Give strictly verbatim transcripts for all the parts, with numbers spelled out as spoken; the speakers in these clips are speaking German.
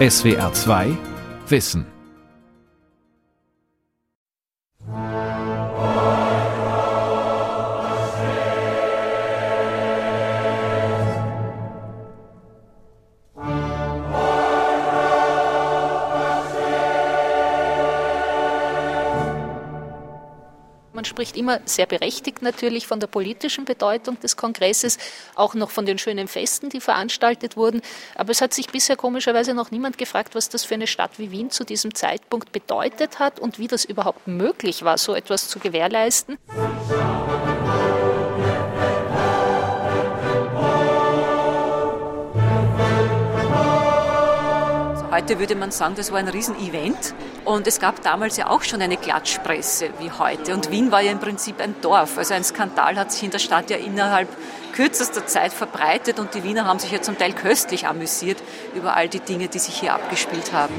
S W R zwei Wissen. Man spricht immer sehr berechtigt natürlich von der politischen Bedeutung des Kongresses, auch noch von den schönen Festen, die veranstaltet wurden. Aber es hat sich bisher komischerweise noch niemand gefragt, was das für eine Stadt wie Wien zu diesem Zeitpunkt bedeutet hat und wie das überhaupt möglich war, so etwas zu gewährleisten. Heute würde man sagen, das war ein Riesenevent und es gab damals ja auch schon eine Klatschpresse wie heute und Wien war ja im Prinzip ein Dorf, also ein Skandal hat sich in der Stadt ja innerhalb kürzester Zeit verbreitet und die Wiener haben sich ja zum Teil köstlich amüsiert über all die Dinge, die sich hier abgespielt haben.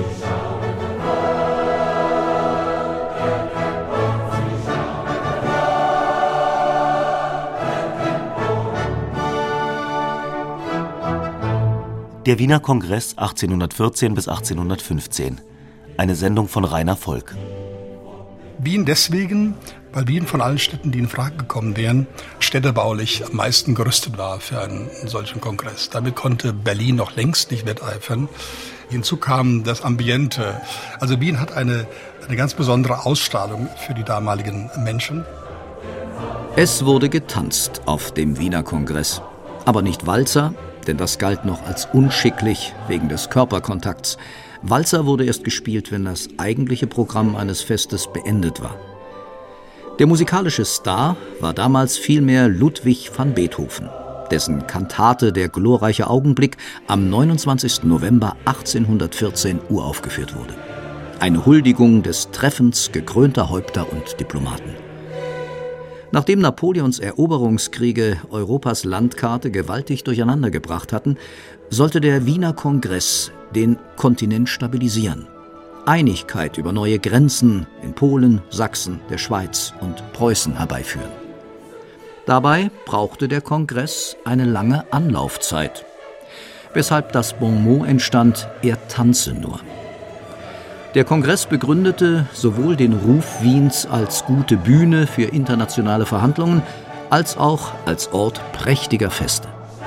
Der Wiener Kongress achtzehnhundertvierzehn bis achtzehnhundertfünfzehn. Eine Sendung von Rainer Volk. Wien deswegen, weil Wien von allen Städten, die in Frage gekommen wären, städtebaulich am meisten gerüstet war für einen solchen Kongress. Damit konnte Berlin noch längst nicht wetteifern. Hinzu kam das Ambiente. Also Wien hat eine, eine ganz besondere Ausstrahlung für die damaligen Menschen. Es wurde getanzt auf dem Wiener Kongress. Aber nicht Walzer, denn das galt noch als unschicklich wegen des Körperkontakts. Walzer wurde erst gespielt, wenn das eigentliche Programm eines Festes beendet war. Der musikalische Star war damals vielmehr Ludwig van Beethoven, dessen Kantate Der glorreiche Augenblick am neunundzwanzigsten November achtzehnhundertvierzehn uraufgeführt wurde. Eine Huldigung des Treffens gekrönter Häupter und Diplomaten. Nachdem Napoleons Eroberungskriege Europas Landkarte gewaltig durcheinandergebracht hatten, sollte der Wiener Kongress den Kontinent stabilisieren. Einigkeit über neue Grenzen in Polen, Sachsen, der Schweiz und Preußen herbeiführen. Dabei brauchte der Kongress eine lange Anlaufzeit, weshalb das Bonmot entstand, er tanze nur. Der Kongress begründete sowohl den Ruf Wiens als gute Bühne für internationale Verhandlungen, als auch als Ort prächtiger Feste.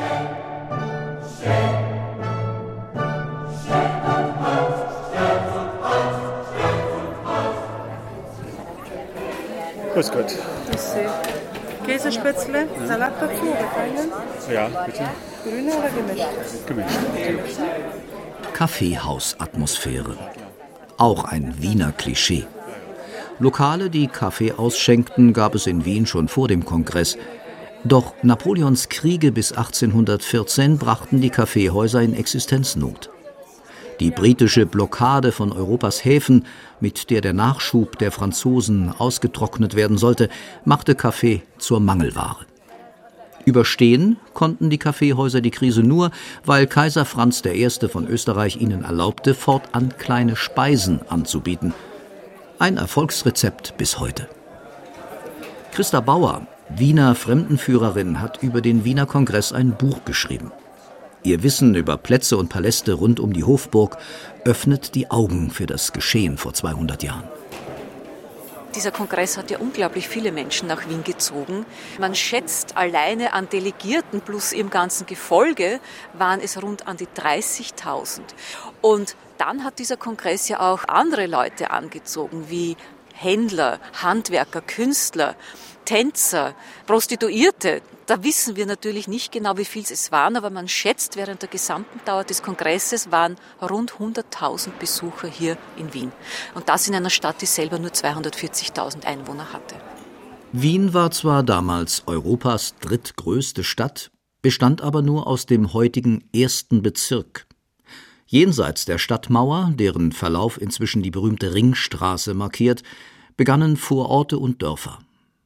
Grüß Gott. Käsespätzle, Salat dazu oder keinen? Ja, bitte. Grüne oder gemischt? Gemischt. Kaffeehausatmosphäre. Auch ein Wiener Klischee. Lokale, die Kaffee ausschenkten, gab es in Wien schon vor dem Kongress. Doch Napoleons Kriege bis achtzehnhundertvierzehn brachten die Kaffeehäuser in Existenznot. Die britische Blockade von Europas Häfen, mit der der Nachschub der Franzosen ausgetrocknet werden sollte, machte Kaffee zur Mangelware. Überstehen konnten die Kaffeehäuser die Krise nur, weil Kaiser Franz der Erste von Österreich ihnen erlaubte, fortan kleine Speisen anzubieten. Ein Erfolgsrezept bis heute. Christa Bauer, Wiener Fremdenführerin, hat über den Wiener Kongress ein Buch geschrieben. Ihr Wissen über Plätze und Paläste rund um die Hofburg öffnet die Augen für das Geschehen vor zweihundert Jahren. Dieser Kongress hat ja unglaublich viele Menschen nach Wien gezogen. Man schätzt, alleine an Delegierten plus ihrem ganzen Gefolge waren es rund an die dreißigtausend. Und dann hat dieser Kongress ja auch andere Leute angezogen, wie Händler, Handwerker, Künstler, Tänzer, Prostituierte. Da wissen wir natürlich nicht genau, wie viel es waren, aber man schätzt, während der gesamten Dauer des Kongresses waren rund hunderttausend Besucher hier in Wien. Und das in einer Stadt, die selber nur zweihundertvierzigtausend Einwohner hatte. Wien war zwar damals Europas drittgrößte Stadt, bestand aber nur aus dem heutigen ersten Bezirk. Jenseits der Stadtmauer, deren Verlauf inzwischen die berühmte Ringstraße markiert, begannen Vororte und Dörfer.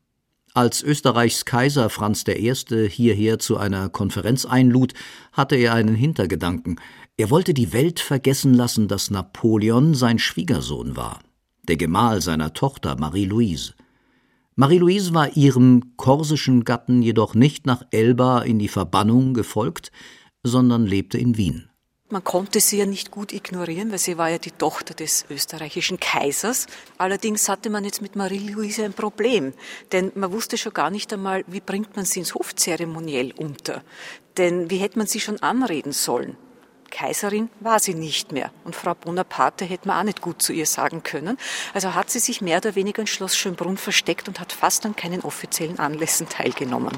Als Österreichs Kaiser Franz der Erste hierher zu einer Konferenz einlud, hatte er einen Hintergedanken. Er wollte die Welt vergessen lassen, dass Napoleon sein Schwiegersohn war, der Gemahl seiner Tochter Marie-Louise. Marie-Louise war ihrem korsischen Gatten jedoch nicht nach Elba in die Verbannung gefolgt, sondern lebte in Wien. Man konnte sie ja nicht gut ignorieren, weil sie war ja die Tochter des österreichischen Kaisers. Allerdings hatte man jetzt mit Marie-Louise ein Problem, denn man wusste schon gar nicht einmal, wie bringt man sie ins Hofzeremoniell unter. Denn wie hätte man sie schon anreden sollen? Kaiserin war sie nicht mehr und Frau Bonaparte hätte man auch nicht gut zu ihr sagen können. Also hat sie sich mehr oder weniger in Schloss Schönbrunn versteckt und hat fast an keinen offiziellen Anlässen teilgenommen.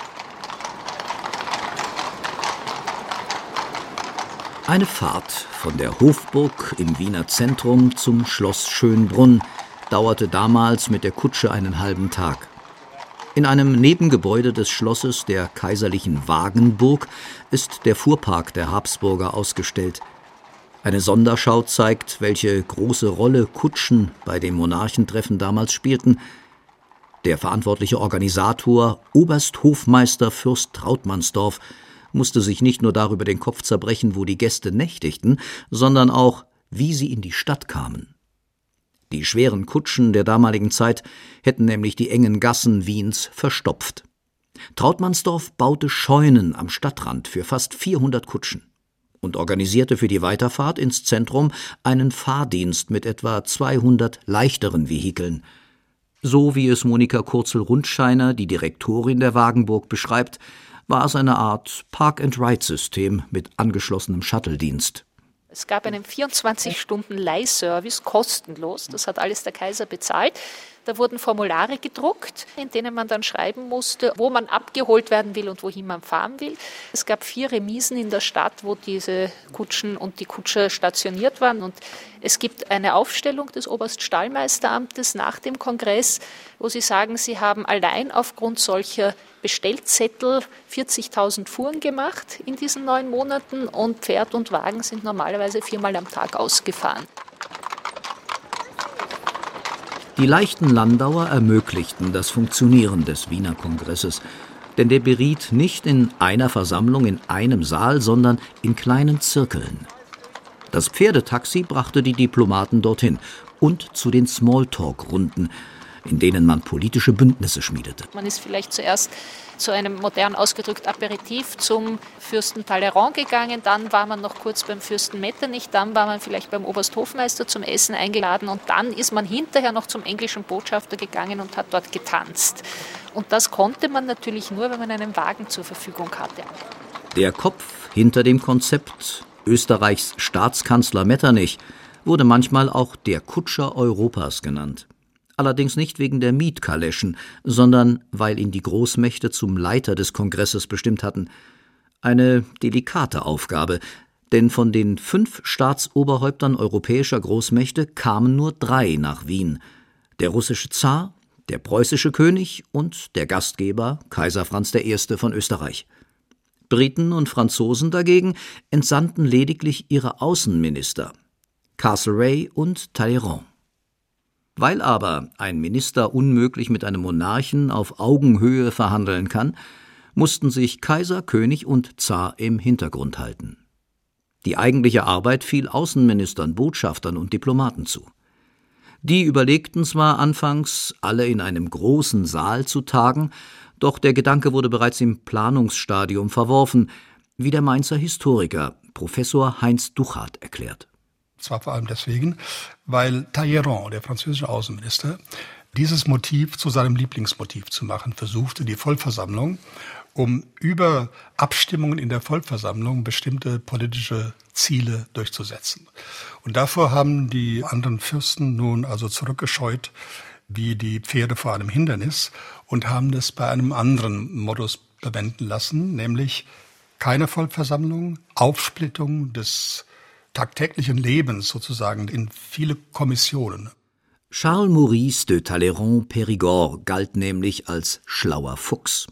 Eine Fahrt von der Hofburg im Wiener Zentrum zum Schloss Schönbrunn dauerte damals mit der Kutsche einen halben Tag. In einem Nebengebäude des Schlosses, der kaiserlichen Wagenburg, ist der Fuhrpark der Habsburger ausgestellt. Eine Sonderschau zeigt, welche große Rolle Kutschen bei dem Monarchentreffen damals spielten. Der verantwortliche Organisator, Obersthofmeister Fürst Trautmannsdorf, musste sich nicht nur darüber den Kopf zerbrechen, wo die Gäste nächtigten, sondern auch, wie sie in die Stadt kamen. Die schweren Kutschen der damaligen Zeit hätten nämlich die engen Gassen Wiens verstopft. Trautmannsdorf baute Scheunen am Stadtrand für fast vierhundert Kutschen und organisierte für die Weiterfahrt ins Zentrum einen Fahrdienst mit etwa zweihundert leichteren Vehikeln. So wie es Monika Kurzel-Rundscheiner, die Direktorin der Wagenburg, beschreibt, war es eine Art Park-and-Ride-System mit angeschlossenem Shuttle-Dienst. Es gab einen vierundzwanzig-Stunden-Leihservice, kostenlos. Das hat alles der Kaiser bezahlt. Da wurden Formulare gedruckt, in denen man dann schreiben musste, wo man abgeholt werden will und wohin man fahren will. Es gab vier Remisen in der Stadt, wo diese Kutschen und die Kutscher stationiert waren. Und es gibt eine Aufstellung des Oberststallmeisteramtes nach dem Kongress, wo sie sagen, sie haben allein aufgrund solcher Bestellzettel vierzigtausend Fuhren gemacht in diesen neun Monaten und Pferd und Wagen sind normalerweise viermal am Tag ausgefahren. Die leichten Landauer ermöglichten das Funktionieren des Wiener Kongresses, denn der beriet nicht in einer Versammlung in einem Saal, sondern in kleinen Zirkeln. Das Pferdetaxi brachte die Diplomaten dorthin und zu den Smalltalk-Runden, in denen man politische Bündnisse schmiedete. Man ist vielleicht zuerst zu einem modern ausgedrückt Aperitif zum Fürsten Talleyrand gegangen, dann war man noch kurz beim Fürsten Metternich, dann war man vielleicht beim Obersthofmeister zum Essen eingeladen und dann ist man hinterher noch zum englischen Botschafter gegangen und hat dort getanzt. Und das konnte man natürlich nur, wenn man einen Wagen zur Verfügung hatte. Der Kopf hinter dem Konzept, Österreichs Staatskanzler Metternich, wurde manchmal auch der Kutscher Europas genannt. Allerdings nicht wegen der Mietkaleschen, sondern weil ihn die Großmächte zum Leiter des Kongresses bestimmt hatten. Eine delikate Aufgabe, denn von den fünf Staatsoberhäuptern europäischer Großmächte kamen nur drei nach Wien: der russische Zar, der preußische König und der Gastgeber Kaiser Franz der Erste von Österreich. Briten und Franzosen dagegen entsandten lediglich ihre Außenminister, Castlereagh und Talleyrand. Weil aber ein Minister unmöglich mit einem Monarchen auf Augenhöhe verhandeln kann, mussten sich Kaiser, König und Zar im Hintergrund halten. Die eigentliche Arbeit fiel Außenministern, Botschaftern und Diplomaten zu. Die überlegten zwar anfangs, alle in einem großen Saal zu tagen, doch der Gedanke wurde bereits im Planungsstadium verworfen, wie der Mainzer Historiker Professor Heinz Duchardt erklärt. Zwar vor allem deswegen, weil Talleyrand, der französische Außenminister, dieses Motiv zu seinem Lieblingsmotiv zu machen versuchte, die Vollversammlung, um über Abstimmungen in der Vollversammlung bestimmte politische Ziele durchzusetzen. Und davor haben die anderen Fürsten nun also zurückgescheut, wie die Pferde vor einem Hindernis, und haben das bei einem anderen Modus verwenden lassen, nämlich keine Vollversammlung, Aufsplittung des tagtäglichen Lebens sozusagen in viele Kommissionen. Charles Maurice de Talleyrand-Périgord galt nämlich als schlauer Fuchs.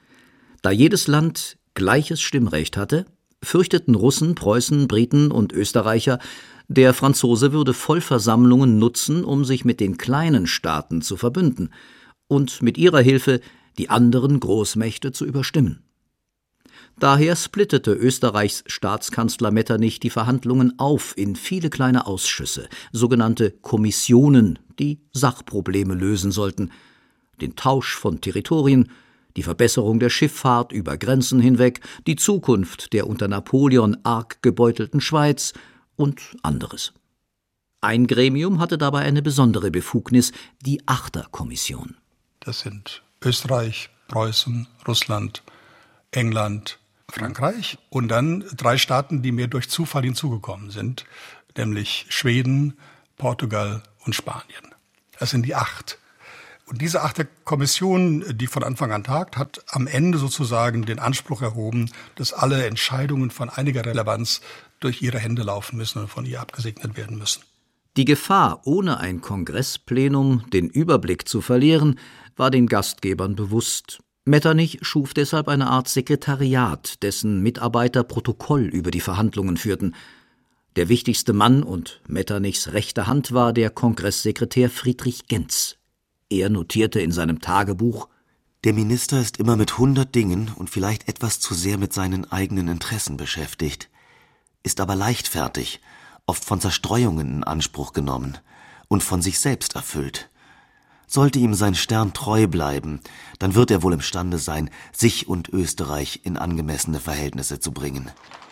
Da jedes Land gleiches Stimmrecht hatte, fürchteten Russen, Preußen, Briten und Österreicher, der Franzose würde Vollversammlungen nutzen, um sich mit den kleinen Staaten zu verbünden und mit ihrer Hilfe die anderen Großmächte zu überstimmen. Daher splittete Österreichs Staatskanzler Metternich die Verhandlungen auf in viele kleine Ausschüsse, sogenannte Kommissionen, die Sachprobleme lösen sollten, den Tausch von Territorien, die Verbesserung der Schifffahrt über Grenzen hinweg, die Zukunft der unter Napoleon arg gebeutelten Schweiz und anderes. Ein Gremium hatte dabei eine besondere Befugnis, die Achterkommission. Das sind Österreich, Preußen, Russland, England, Frankreich und dann drei Staaten, die mir durch Zufall hinzugekommen sind, nämlich Schweden, Portugal und Spanien. Das sind die acht. Und diese Achterkommission, die von Anfang an tagt, hat am Ende sozusagen den Anspruch erhoben, dass alle Entscheidungen von einiger Relevanz durch ihre Hände laufen müssen und von ihr abgesegnet werden müssen. Die Gefahr, ohne ein Kongressplenum den Überblick zu verlieren, war den Gastgebern bewusst. Metternich schuf deshalb eine Art Sekretariat, dessen Mitarbeiter Protokoll über die Verhandlungen führten. Der wichtigste Mann und Metternichs rechte Hand war der Kongresssekretär Friedrich Gentz. Er notierte in seinem Tagebuch: Der Minister ist immer mit hundert Dingen und vielleicht etwas zu sehr mit seinen eigenen Interessen beschäftigt, ist aber leichtfertig, oft von Zerstreuungen in Anspruch genommen und von sich selbst erfüllt. Sollte ihm sein Stern treu bleiben, dann wird er wohl imstande sein, sich und Österreich in angemessene Verhältnisse zu bringen.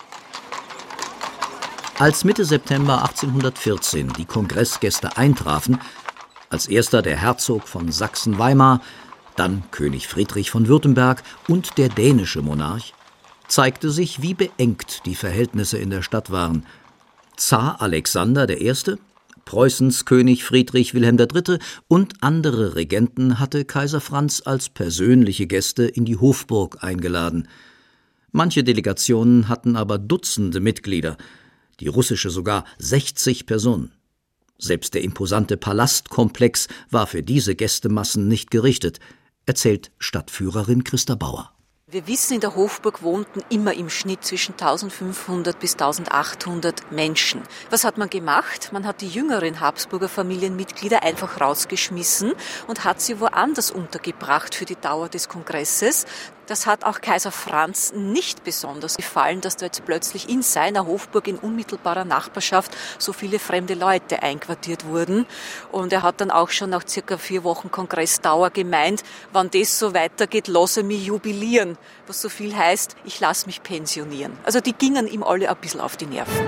Als Mitte September achtzehnhundertvierzehn die Kongressgäste eintrafen, als erster der Herzog von Sachsen-Weimar, dann König Friedrich von Württemberg und der dänische Monarch, zeigte sich, wie beengt die Verhältnisse in der Stadt waren. Zar Alexander der Erste., Preußens König Friedrich Wilhelm der Dritte. und andere Regenten hatte Kaiser Franz als persönliche Gäste in die Hofburg eingeladen. Manche Delegationen hatten aber Dutzende Mitglieder, die russische sogar sechzig Personen. Selbst der imposante Palastkomplex war für diese Gästemassen nicht gerichtet, erzählt Stadtführerin Christa Bauer. Wir wissen, in der Hofburg wohnten immer im Schnitt zwischen eintausendfünfhundert bis eintausendachthundert Menschen. Was hat man gemacht? Man hat die jüngeren Habsburger Familienmitglieder einfach rausgeschmissen und hat sie woanders untergebracht für die Dauer des Kongresses. Das hat auch Kaiser Franz nicht besonders gefallen, dass da jetzt plötzlich in seiner Hofburg in unmittelbarer Nachbarschaft so viele fremde Leute einquartiert wurden. Und er hat dann auch schon nach circa vier Wochen Kongressdauer gemeint, wenn das so weitergeht, lasse mich jubilieren. Was so viel heißt, ich lasse mich pensionieren. Also die gingen ihm alle ein bisschen auf die Nerven.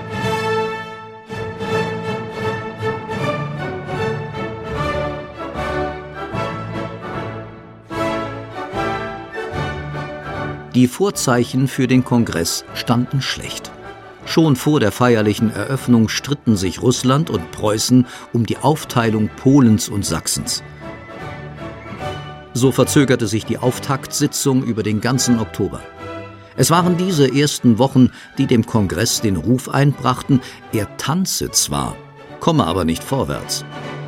Die Vorzeichen für den Kongress standen schlecht. Schon vor der feierlichen Eröffnung stritten sich Russland und Preußen um die Aufteilung Polens und Sachsens. So verzögerte sich die Auftaktsitzung über den ganzen Oktober. Es waren diese ersten Wochen, die dem Kongress den Ruf einbrachten, er tanze zwar, komme aber nicht vorwärts.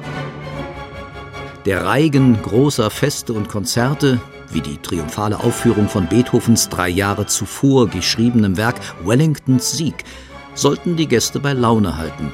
Der Reigen großer Feste und Konzerte, wie die triumphale Aufführung von Beethovens drei Jahre zuvor geschriebenem Werk Wellingtons Sieg, sollten die Gäste bei Laune halten.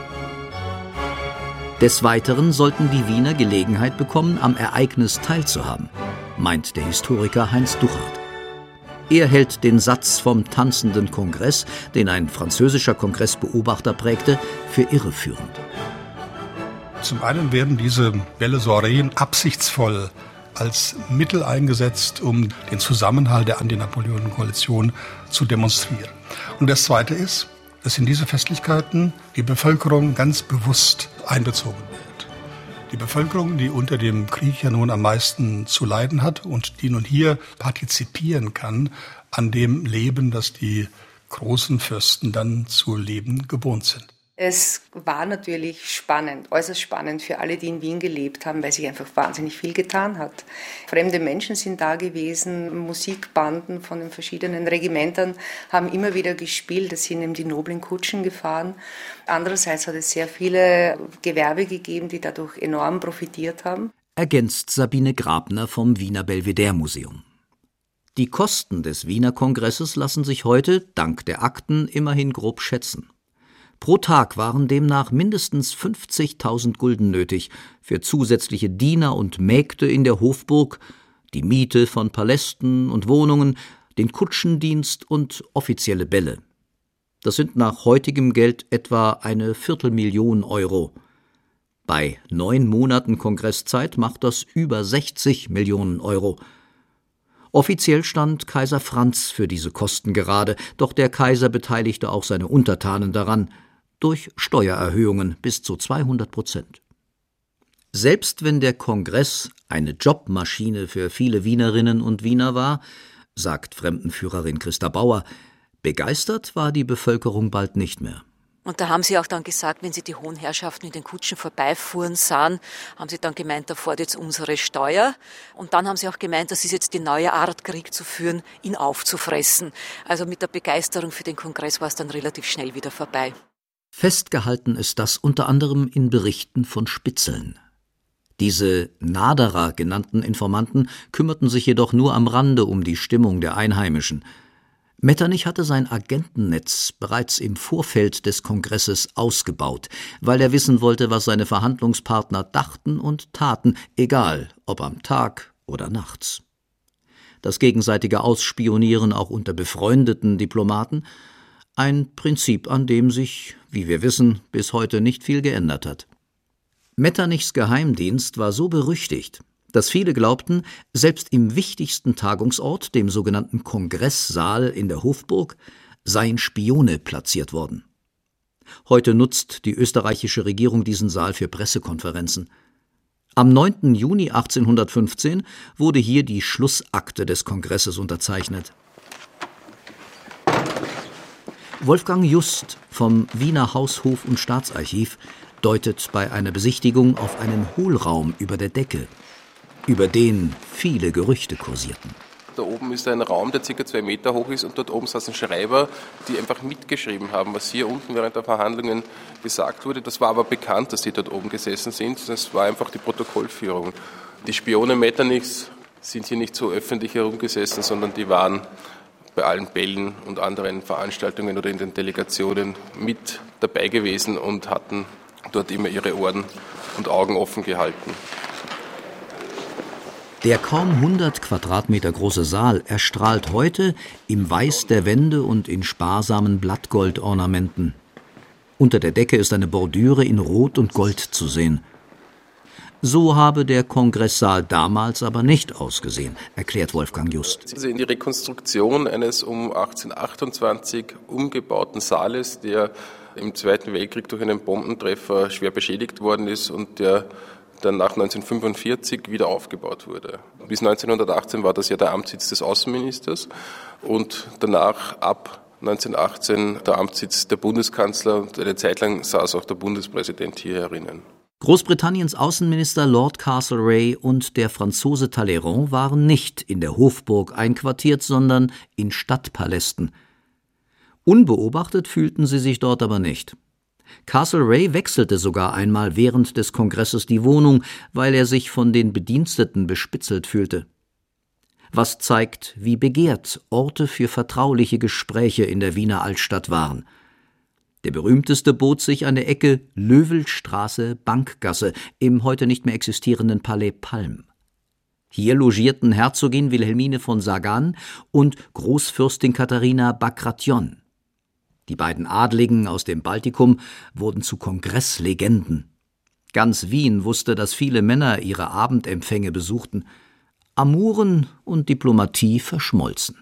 Des Weiteren sollten die Wiener Gelegenheit bekommen, am Ereignis teilzuhaben, meint der Historiker Heinz Duchart. Er hält den Satz vom tanzenden Kongress, den ein französischer Kongressbeobachter prägte, für irreführend. Zum einen werden diese Belle Soireen absichtsvoll als Mittel eingesetzt, um den Zusammenhalt der Anti-Napoleon-Koalition zu demonstrieren. Und das Zweite ist, dass in diese Festlichkeiten die Bevölkerung ganz bewusst einbezogen wird. Die Bevölkerung, die unter dem Krieg ja nun am meisten zu leiden hat und die nun hier partizipieren kann an dem Leben, das die großen Fürsten dann zu leben gewohnt sind. Es war natürlich spannend, äußerst spannend für alle, die in Wien gelebt haben, weil sich einfach wahnsinnig viel getan hat. Fremde Menschen sind da gewesen, Musikbanden von den verschiedenen Regimentern haben immer wieder gespielt, es sind eben die noblen Kutschen gefahren. Andererseits hat es sehr viele Gewerbe gegeben, die dadurch enorm profitiert haben. Ergänzt Sabine Grabner vom Wiener Belvedere-Museum. Die Kosten des Wiener Kongresses lassen sich heute, dank der Akten, immerhin grob schätzen. Pro Tag waren demnach mindestens fünfzigtausend Gulden nötig für zusätzliche Diener und Mägde in der Hofburg, die Miete von Palästen und Wohnungen, den Kutschendienst und offizielle Bälle. Das sind nach heutigem Geld etwa eine Viertelmillion Euro. Bei neun Monaten Kongresszeit macht das über sechzig Millionen Euro. Offiziell stand Kaiser Franz für diese Kosten gerade, doch der Kaiser beteiligte auch seine Untertanen daran, durch Steuererhöhungen bis zu zweihundert Prozent. Selbst wenn der Kongress eine Jobmaschine für viele Wienerinnen und Wiener war, sagt Fremdenführerin Christa Bauer, begeistert war die Bevölkerung bald nicht mehr. Und da haben sie auch dann gesagt, wenn sie die hohen Herrschaften in den Kutschen vorbeifuhren sahen, haben sie dann gemeint, da fährt jetzt unsere Steuer. Und dann haben sie auch gemeint, das ist jetzt die neue Art, Krieg zu führen, ihn aufzufressen. Also mit der Begeisterung für den Kongress war es dann relativ schnell wieder vorbei. Festgehalten ist das unter anderem in Berichten von Spitzeln. Diese Naderer genannten Informanten kümmerten sich jedoch nur am Rande um die Stimmung der Einheimischen. Metternich hatte sein Agentennetz bereits im Vorfeld des Kongresses ausgebaut, weil er wissen wollte, was seine Verhandlungspartner dachten und taten, egal ob am Tag oder nachts. Das gegenseitige Ausspionieren auch unter befreundeten Diplomaten, ein Prinzip, an dem sich, wie wir wissen, bis heute nicht viel geändert hat. Metternichs Geheimdienst war so berüchtigt, dass viele glaubten, selbst im wichtigsten Tagungsort, dem sogenannten Kongresssaal in der Hofburg, seien Spione platziert worden. Heute nutzt die österreichische Regierung diesen Saal für Pressekonferenzen. Am neunten Juni achtzehnhundertfünfzehn wurde hier die Schlussakte des Kongresses unterzeichnet. Wolfgang Just vom Wiener Haus-, Hof- und Staatsarchiv deutet bei einer Besichtigung auf einen Hohlraum über der Decke, über den viele Gerüchte kursierten. Da oben ist ein Raum, der ca. zwei Meter hoch ist, und dort oben saßen Schreiber, die einfach mitgeschrieben haben, was hier unten während der Verhandlungen gesagt wurde. Das war aber bekannt, dass die dort oben gesessen sind. Das war einfach die Protokollführung. Die Spione Metternichs sind hier nicht so öffentlich herumgesessen, sondern die waren bei allen Bällen und anderen Veranstaltungen oder in den Delegationen mit dabei gewesen und hatten dort immer ihre Ohren und Augen offen gehalten. Der kaum hundert Quadratmeter große Saal erstrahlt heute im Weiß der Wände und in sparsamen Blattgoldornamenten. Unter der Decke ist eine Bordüre in Rot und Gold zu sehen. So habe der Kongresssaal damals aber nicht ausgesehen, erklärt Wolfgang Just. Also in die Rekonstruktion eines um achtzehnhundertachtundzwanzig umgebauten Saales, der im Zweiten Weltkrieg durch einen Bombentreffer schwer beschädigt worden ist und der dann nach neunzehnhundertfünfundvierzig wieder aufgebaut wurde. Bis neunzehnhundertachtzehn war das ja der Amtssitz des Außenministers und danach ab neunzehnhundertachtzehn der Amtssitz der Bundeskanzler, und eine Zeit lang saß auch der Bundespräsident hier herinnen. Großbritanniens Außenminister Lord Castlereagh und der Franzose Talleyrand waren nicht in der Hofburg einquartiert, sondern in Stadtpalästen. Unbeobachtet fühlten sie sich dort aber nicht. Castlereagh wechselte sogar einmal während des Kongresses die Wohnung, weil er sich von den Bediensteten bespitzelt fühlte. Was zeigt, wie begehrt Orte für vertrauliche Gespräche in der Wiener Altstadt waren. Der berühmteste bot sich an der Ecke Löwelstraße-Bankgasse im heute nicht mehr existierenden Palais Palm. Hier logierten Herzogin Wilhelmine von Sagan und Großfürstin Katharina Bagration. Die beiden Adligen aus dem Baltikum wurden zu Kongresslegenden. Ganz Wien wusste, dass viele Männer ihre Abendempfänge besuchten. Amuren und Diplomatie verschmolzen.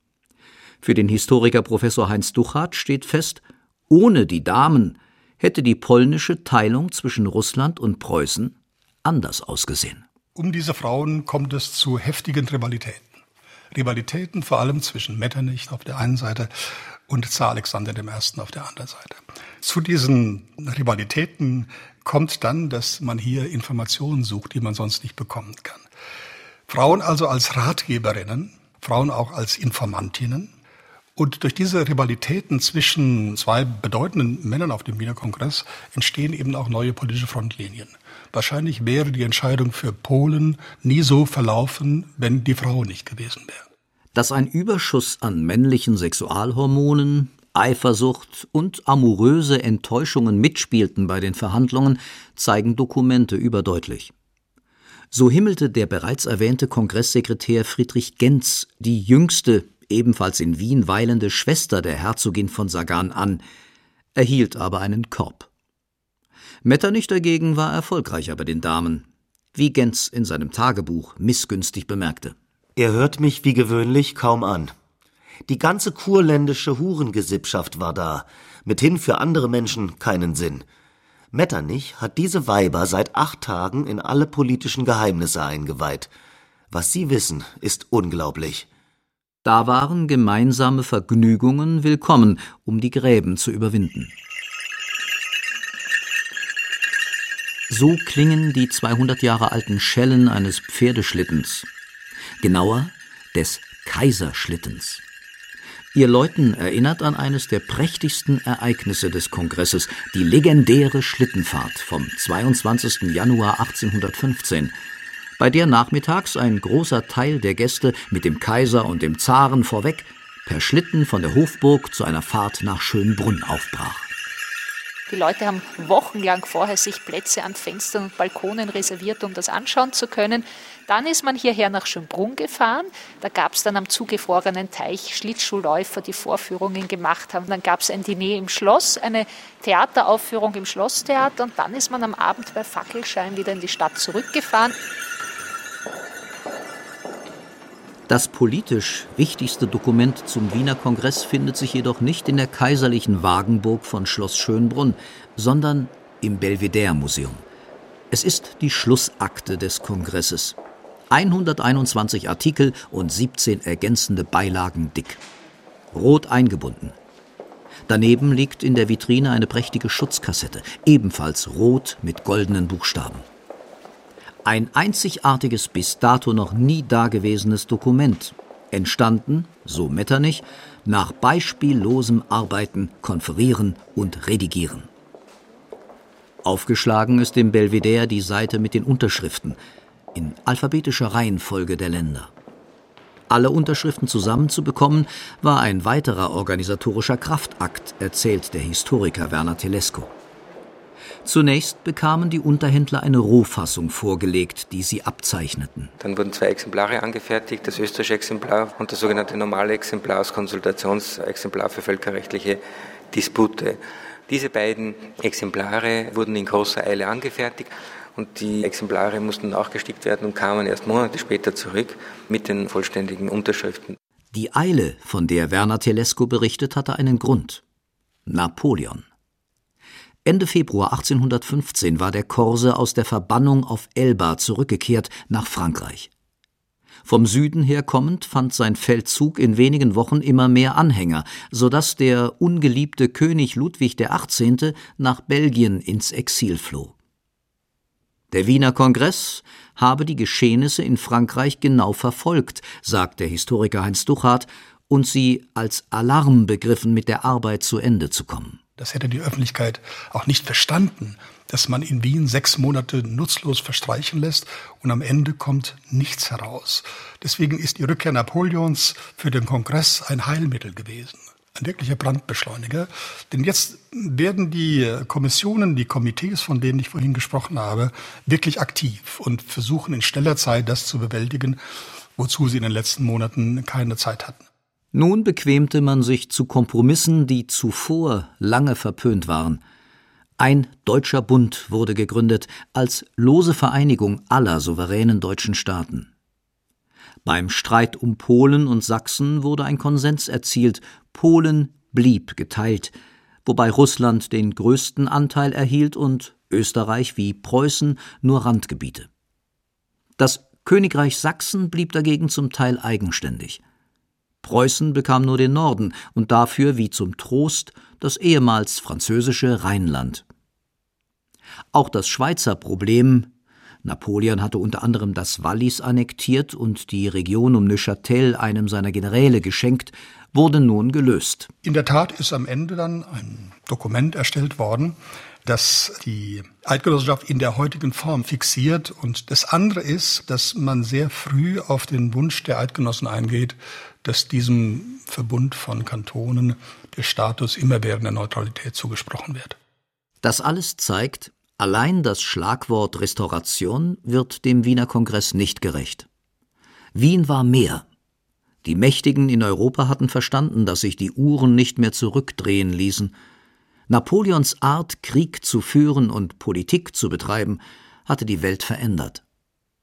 Für den Historiker Professor Heinz Duchardt steht fest, ohne die Damen hätte die polnische Teilung zwischen Russland und Preußen anders ausgesehen. Um diese Frauen kommt es zu heftigen Rivalitäten. Rivalitäten vor allem zwischen Metternich auf der einen Seite und Zar Alexander der Erste auf der anderen Seite. Zu diesen Rivalitäten kommt dann, dass man hier Informationen sucht, die man sonst nicht bekommen kann. Frauen also als Ratgeberinnen, Frauen auch als Informantinnen. Und durch diese Rivalitäten zwischen zwei bedeutenden Männern auf dem Wiener Kongress entstehen eben auch neue politische Frontlinien. Wahrscheinlich wäre die Entscheidung für Polen nie so verlaufen, wenn die Frau nicht gewesen wäre. Dass ein Überschuss an männlichen Sexualhormonen, Eifersucht und amoröse Enttäuschungen mitspielten bei den Verhandlungen, zeigen Dokumente überdeutlich. So himmelte der bereits erwähnte Kongresssekretär Friedrich Gentz die jüngste, ebenfalls in Wien weilende Schwester der Herzogin von Sagan an, erhielt aber einen Korb. Metternich dagegen war erfolgreicher bei den Damen, wie Gentz in seinem Tagebuch missgünstig bemerkte. Er hört mich wie gewöhnlich kaum an. Die ganze kurländische Hurengesippschaft war da, mithin für andere Menschen keinen Sinn. Metternich hat diese Weiber seit acht Tagen in alle politischen Geheimnisse eingeweiht. Was sie wissen, ist unglaublich. Da waren gemeinsame Vergnügungen willkommen, um die Gräben zu überwinden. So klingen die zweihundert Jahre alten Schellen eines Pferdeschlittens. Genauer, des Kaiserschlittens. Ihr Läuten erinnert an eines der prächtigsten Ereignisse des Kongresses, die legendäre Schlittenfahrt vom zweiundzwanzigsten Januar achtzehnhundertfünfzehn, bei der nachmittags ein großer Teil der Gäste mit dem Kaiser und dem Zaren vorweg per Schlitten von der Hofburg zu einer Fahrt nach Schönbrunn aufbrach. Die Leute haben wochenlang vorher sich Plätze an Fenstern und Balkonen reserviert, um das anschauen zu können. Dann ist man hierher nach Schönbrunn gefahren. Da gab es dann am zugefrorenen Teich Schlittschuhläufer, die Vorführungen gemacht haben. Dann gab es ein Diner im Schloss, eine Theateraufführung im Schlosstheater und dann ist man am Abend bei Fackelschein wieder in die Stadt zurückgefahren. Das politisch wichtigste Dokument zum Wiener Kongress findet sich jedoch nicht in der kaiserlichen Wagenburg von Schloss Schönbrunn, sondern im Belvedere-Museum. Es ist die Schlussakte des Kongresses. hunderteinundzwanzig Artikel und siebzehn ergänzende Beilagen dick. Rot eingebunden. Daneben liegt in der Vitrine eine prächtige Schutzkassette, ebenfalls rot mit goldenen Buchstaben. Ein einzigartiges, bis dato noch nie dagewesenes Dokument, entstanden, so Metternich, nach beispiellosem Arbeiten, Konferieren und Redigieren. Aufgeschlagen ist im Belvedere die Seite mit den Unterschriften, in alphabetischer Reihenfolge der Länder. Alle Unterschriften zusammenzubekommen, war ein weiterer organisatorischer Kraftakt, erzählt der Historiker Werner Telesko. Zunächst bekamen die Unterhändler eine Rohfassung vorgelegt, die sie abzeichneten. Dann wurden zwei Exemplare angefertigt, das österreichische Exemplar und das sogenannte normale Exemplar, das Konsultationsexemplar für völkerrechtliche Dispute. Diese beiden Exemplare wurden in großer Eile angefertigt und die Exemplare mussten nachgestickt werden und kamen erst Monate später zurück mit den vollständigen Unterschriften. Die Eile, von der Werner Telesko berichtet, hatte einen Grund: Napoleon. Ende Februar achtzehnhundertfünfzehn war der Korse aus der Verbannung auf Elba zurückgekehrt nach Frankreich. Vom Süden her kommend fand sein Feldzug in wenigen Wochen immer mehr Anhänger, sodass der ungeliebte König Ludwig der achtzehnte nach Belgien ins Exil floh. Der Wiener Kongress habe die Geschehnisse in Frankreich genau verfolgt, sagt der Historiker Heinz Duchart, und sie als Alarm begriffen, mit der Arbeit zu Ende zu kommen. Das hätte die Öffentlichkeit auch nicht verstanden, dass man in Wien sechs Monate nutzlos verstreichen lässt und am Ende kommt nichts heraus. Deswegen ist die Rückkehr Napoleons für den Kongress ein Heilmittel gewesen, ein wirklicher Brandbeschleuniger. Denn jetzt werden die Kommissionen, die Komitees, von denen ich vorhin gesprochen habe, wirklich aktiv und versuchen in schneller Zeit das zu bewältigen, wozu sie in den letzten Monaten keine Zeit hatten. Nun bequemte man sich zu Kompromissen, die zuvor lange verpönt waren. Ein Deutscher Bund wurde gegründet als lose Vereinigung aller souveränen deutschen Staaten. Beim Streit um Polen und Sachsen wurde ein Konsens erzielt, Polen blieb geteilt, wobei Russland den größten Anteil erhielt und Österreich wie Preußen nur Randgebiete. Das Königreich Sachsen blieb dagegen zum Teil eigenständig. Preußen bekam nur den Norden und dafür, wie zum Trost, das ehemals französische Rheinland. Auch das Schweizer Problem, Napoleon hatte unter anderem das Wallis annektiert und die Region um Neuchâtel einem seiner Generäle geschenkt, wurde nun gelöst. In der Tat ist am Ende dann ein Dokument erstellt worden, das die Eidgenossenschaft in der heutigen Form fixiert. Und das andere ist, dass man sehr früh auf den Wunsch der Eidgenossen eingeht, dass diesem Verbund von Kantonen der Status immerwährender Neutralität zugesprochen wird. Das alles zeigt, allein das Schlagwort Restauration wird dem Wiener Kongress nicht gerecht. Wien war mehr. Die Mächtigen in Europa hatten verstanden, dass sich die Uhren nicht mehr zurückdrehen ließen. Napoleons Art, Krieg zu führen und Politik zu betreiben, hatte die Welt verändert.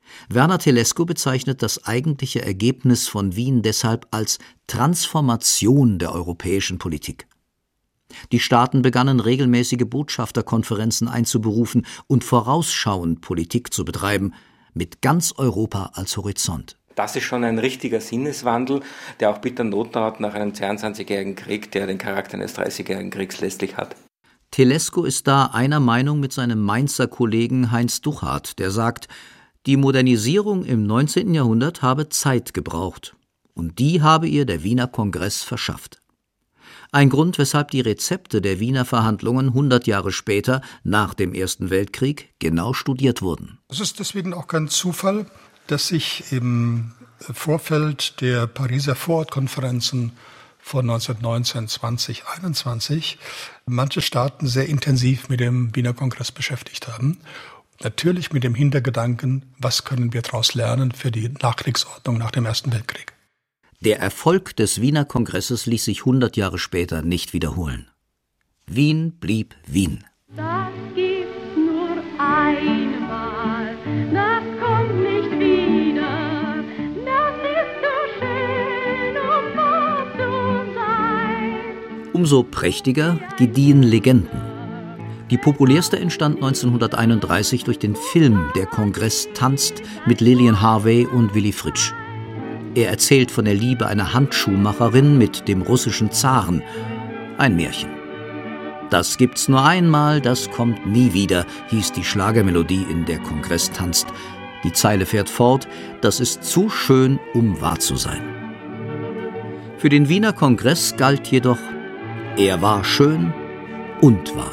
Werner Telesco bezeichnet das eigentliche Ergebnis von Wien deshalb als Transformation der europäischen Politik. Die Staaten begannen regelmäßige Botschafterkonferenzen einzuberufen und vorausschauend Politik zu betreiben, mit ganz Europa als Horizont. Das ist schon ein richtiger Sinneswandel, der auch bitter Noten hat nach einem zweiundzwanzigjährigen Krieg, der den Charakter eines dreißigjährigen Kriegs letztlich hat. Telesco ist da einer Meinung mit seinem Mainzer Kollegen Heinz Duchart, der sagt, die Modernisierung im neunzehnten Jahrhundert habe Zeit gebraucht und die habe ihr der Wiener Kongress verschafft. Ein Grund, weshalb die Rezepte der Wiener Verhandlungen hundert Jahre später, nach dem Ersten Weltkrieg, genau studiert wurden. Es ist deswegen auch kein Zufall, dass sich im Vorfeld der Pariser Vorortkonferenzen von neunzehnhundertneunzehn, zwanzig, einundzwanzig manche Staaten sehr intensiv mit dem Wiener Kongress beschäftigt haben. Natürlich mit dem Hintergedanken, was können wir daraus lernen für die Nachkriegsordnung nach dem Ersten Weltkrieg. Der Erfolg des Wiener Kongresses ließ sich hundert Jahre später nicht wiederholen. Wien blieb Wien. Das gibt's nur einmal, das kommt nicht wieder, das ist so schön, um wahr zu sein. Umso prächtiger gediehen Legenden. Die populärste entstand neunzehnhunderteinunddreißig durch den Film Der Kongress tanzt mit Lillian Harvey und Willy Fritsch. Er erzählt von der Liebe einer Handschuhmacherin mit dem russischen Zaren. Ein Märchen. Das gibt's nur einmal, das kommt nie wieder, hieß die Schlagermelodie in Der Kongress tanzt. Die Zeile fährt fort, das ist zu schön, um wahr zu sein. Für den Wiener Kongress galt jedoch, er war schön und wahr.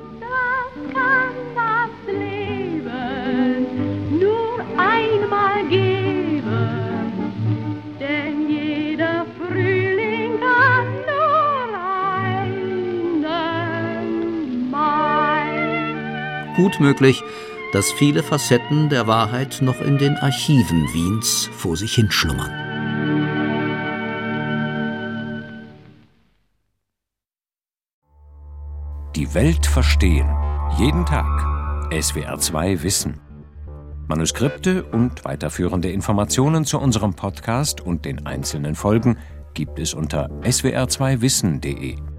Gut möglich, dass viele Facetten der Wahrheit noch in den Archiven Wiens vor sich hinschlummern. Die Welt verstehen. Jeden Tag. S W R zwei Wissen. Manuskripte und weiterführende Informationen zu unserem Podcast und den einzelnen Folgen gibt es unter s w r zwei wissen punkt de.